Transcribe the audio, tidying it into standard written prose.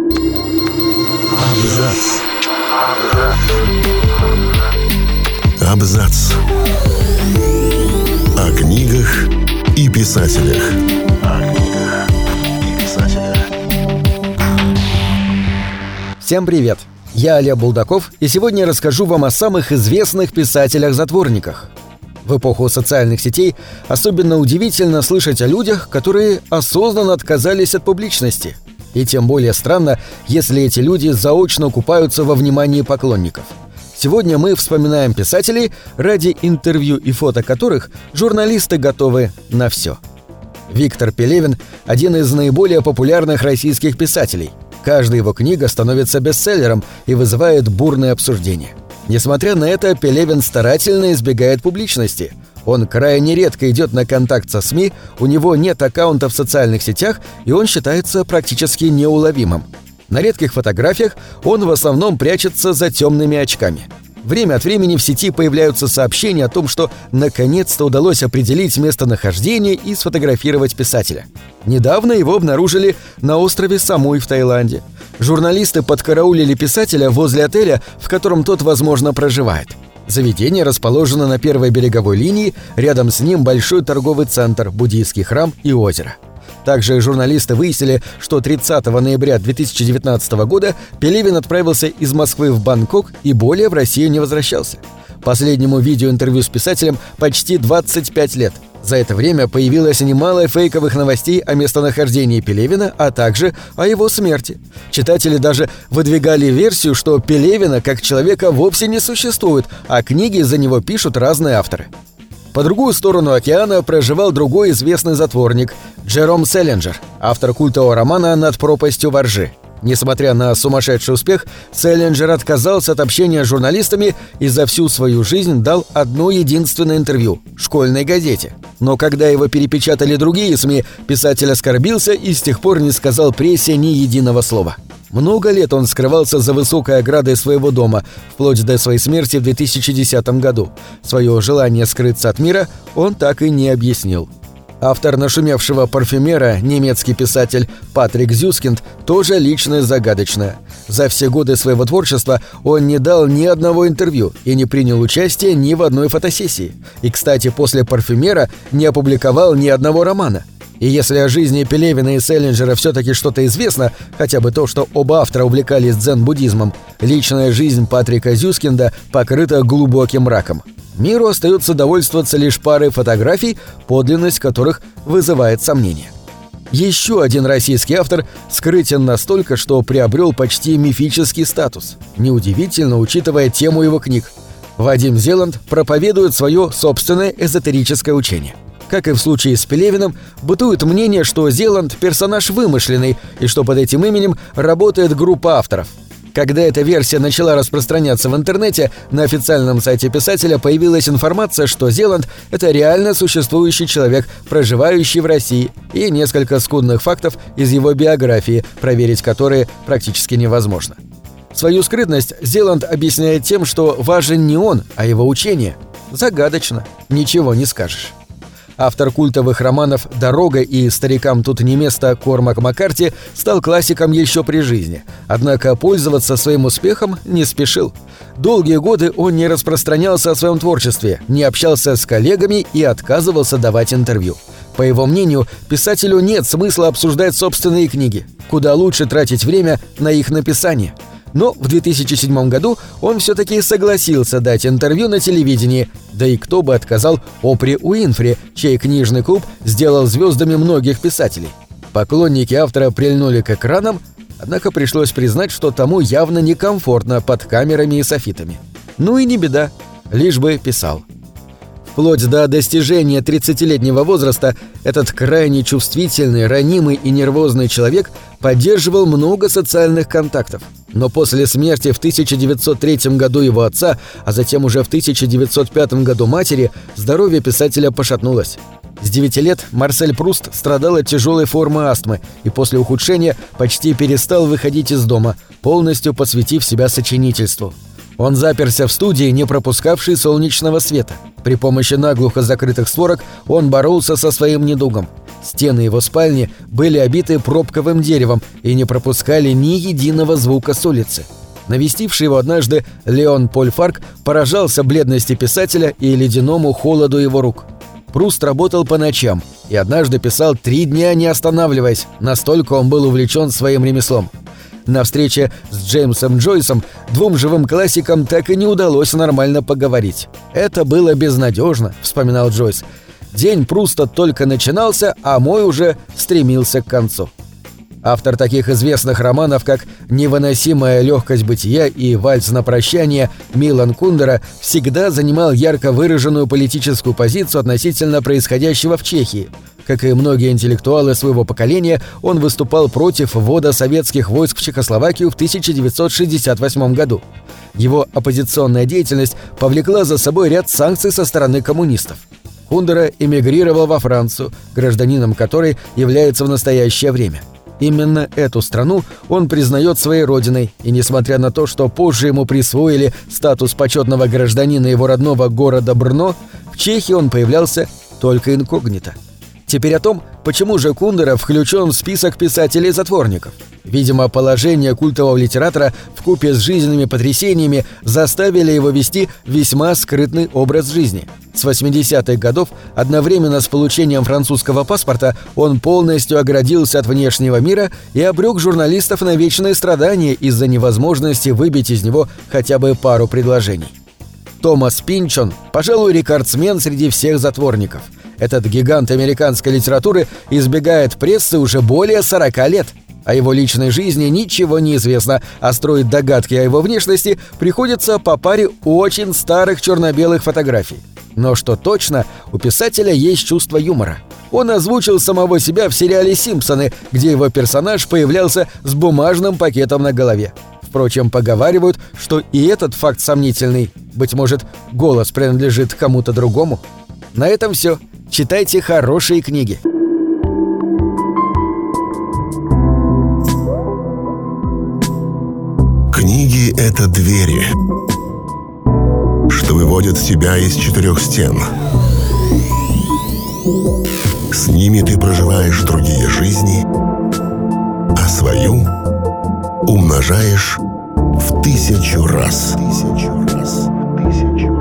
Абзац. Абзац. О книгах и писателях. Всем привет! Я Олег Булдаков, и сегодня я расскажу вам о самых известных писателях-затворниках. В эпоху социальных сетей особенно удивительно слышать о людях, которые осознанно отказались от публичности. И тем более странно, если эти люди заочно купаются во внимании поклонников. Сегодня мы вспоминаем писателей, ради интервью и фото которых журналисты готовы на все. Виктор Пелевин – один из наиболее популярных российских писателей. Каждая его книга становится бестселлером и вызывает бурные обсуждения. Несмотря на это, Пелевин старательно избегает публичности. Он крайне редко идет на контакт со СМИ, у него нет аккаунта в социальных сетях, и он считается практически неуловимым. На редких фотографиях он в основном прячется за темными очками. Время от времени в сети появляются сообщения о том, что наконец-то удалось определить местонахождение и сфотографировать писателя. Недавно его обнаружили на острове Самуи в Таиланде. Журналисты подкараулили писателя возле отеля, в котором тот, возможно, проживает. Заведение расположено на первой береговой линии, рядом с ним большой торговый центр, буддийский храм и озеро. Также журналисты выяснили, что 30 ноября 2019 года Пелевин отправился из Москвы в Бангкок и более в Россию не возвращался. Последнему видеоинтервью с писателем почти 25 лет. За это время появилось немало фейковых новостей о местонахождении Пелевина, а также о его смерти. Читатели даже выдвигали версию, что Пелевина как человека вовсе не существует, а книги за него пишут разные авторы. По другую сторону океана проживал другой известный затворник – Джером Селлинджер, автор культового романа «Над пропастью во ржи». Несмотря на сумасшедший успех, Селлинджер отказался от общения с журналистами и за всю свою жизнь дал одно единственное интервью – школьной газете. Но когда его перепечатали другие СМИ, писатель оскорбился и с тех пор не сказал прессе ни единого слова. Много лет он скрывался за высокой оградой своего дома, вплоть до своей смерти в 2010 году. Свое желание скрыться от мира он так и не объяснил. Автор нашумевшего «Парфюмера», немецкий писатель Патрик Зюскинд, тоже личность загадочная. За все годы своего творчества он не дал ни одного интервью и не принял участия ни в одной фотосессии. И, кстати, после «Парфюмера» не опубликовал ни одного романа. И если о жизни Пелевина и Селлинджера все-таки что-то известно, хотя бы то, что оба автора увлекались дзен-буддизмом, личная жизнь Патрика Зюскинда покрыта глубоким мраком. Миру остается довольствоваться лишь парой фотографий, подлинность которых вызывает сомнения. Еще один российский автор скрытен настолько, что приобрел почти мифический статус. Неудивительно, учитывая тему его книг. Вадим Зеланд проповедует свое собственное эзотерическое учение. Как и в случае с Пелевиным, бытует мнение, что Зеланд – персонаж вымышленный и что под этим именем работает группа авторов. Когда эта версия начала распространяться в интернете, на официальном сайте писателя появилась информация, что Зеланд – это реально существующий человек, проживающий в России, и несколько скудных фактов из его биографии, проверить которые практически невозможно. Свою скрытность Зеланд объясняет тем, что важен не он, а его учение. Загадочно, ничего не скажешь. Автор культовых романов «Дорога» и «Старикам тут не место» Кормак Маккарти стал классиком еще при жизни, однако пользоваться своим успехом не спешил. Долгие годы он не распространялся о своем творчестве, не общался с коллегами и отказывался давать интервью. По его мнению, писателю нет смысла обсуждать собственные книги, куда лучше тратить время на их написание. Но в 2007 году он все-таки согласился дать интервью на телевидении, да и кто бы отказал Опре Уинфри, чей книжный клуб сделал звездами многих писателей. Поклонники автора прильнули к экранам, однако пришлось признать, что тому явно некомфортно под камерами и софитами. Ну и не беда, лишь бы писал. Вплоть до достижения 30-летнего возраста этот крайне чувствительный, ранимый и нервозный человек поддерживал много социальных контактов. Но после смерти в 1903 году его отца, а затем уже в 1905 году матери, здоровье писателя пошатнулось. С 9 лет Марсель Пруст страдал от тяжелой формы астмы и после ухудшения почти перестал выходить из дома, полностью посвятив себя сочинительству. Он заперся в студии, не пропускавшей солнечного света. При помощи наглухо закрытых створок он боролся со своим недугом. Стены его спальни были обиты пробковым деревом и не пропускали ни единого звука с улицы. Навестивший его однажды Леон Поль Фарк поражался бледности писателя и ледяному холоду его рук. Пруст работал по ночам и однажды писал 3 дня не останавливаясь, настолько он был увлечен своим ремеслом. На встрече с Джеймсом Джойсом 2 живым классикам так и не удалось нормально поговорить. «Это было безнадежно», — вспоминал Джойс. «День Пруста только начинался, а мой уже стремился к концу». Автор таких известных романов, как «Невыносимая легкость бытия» и «Вальс на прощание» Милан Кундера всегда занимал ярко выраженную политическую позицию относительно происходящего в Чехии. Как и многие интеллектуалы своего поколения, он выступал против ввода советских войск в Чехословакию в 1968 году. Его оппозиционная деятельность повлекла за собой ряд санкций со стороны коммунистов. Кундера эмигрировал во Францию, гражданином которой является в настоящее время. Именно эту страну он признает своей родиной, и несмотря на то, что позже ему присвоили статус почетного гражданина его родного города Брно, в Чехии он появлялся только инкогнито. Теперь о том, почему же Кундера включен в список писателей-затворников. Видимо, положение культового литератора вкупе с жизненными потрясениями заставили его вести весьма скрытный образ жизни. С 80-х годов, одновременно с получением французского паспорта, он полностью оградился от внешнего мира и обрек журналистов на вечные страдания из-за невозможности выбить из него хотя бы пару предложений. Томас Пинчон, пожалуй, рекордсмен среди всех затворников. Этот гигант американской литературы избегает прессы уже более 40 лет. О его личной жизни ничего не известно, а строить догадки о его внешности приходится по паре очень старых черно-белых фотографий. Но что точно, у писателя есть чувство юмора. Он озвучил самого себя в сериале «Симпсоны», где его персонаж появлялся с бумажным пакетом на голове. Впрочем, поговаривают, что и этот факт сомнительный. Быть может, голос принадлежит кому-то другому. На этом все. Читайте хорошие книги. Книги — это двери, что выводят тебя из 4 стен. С ними ты проживаешь другие жизни, а свою умножаешь в 1000 раз. 1000 раз. 1000.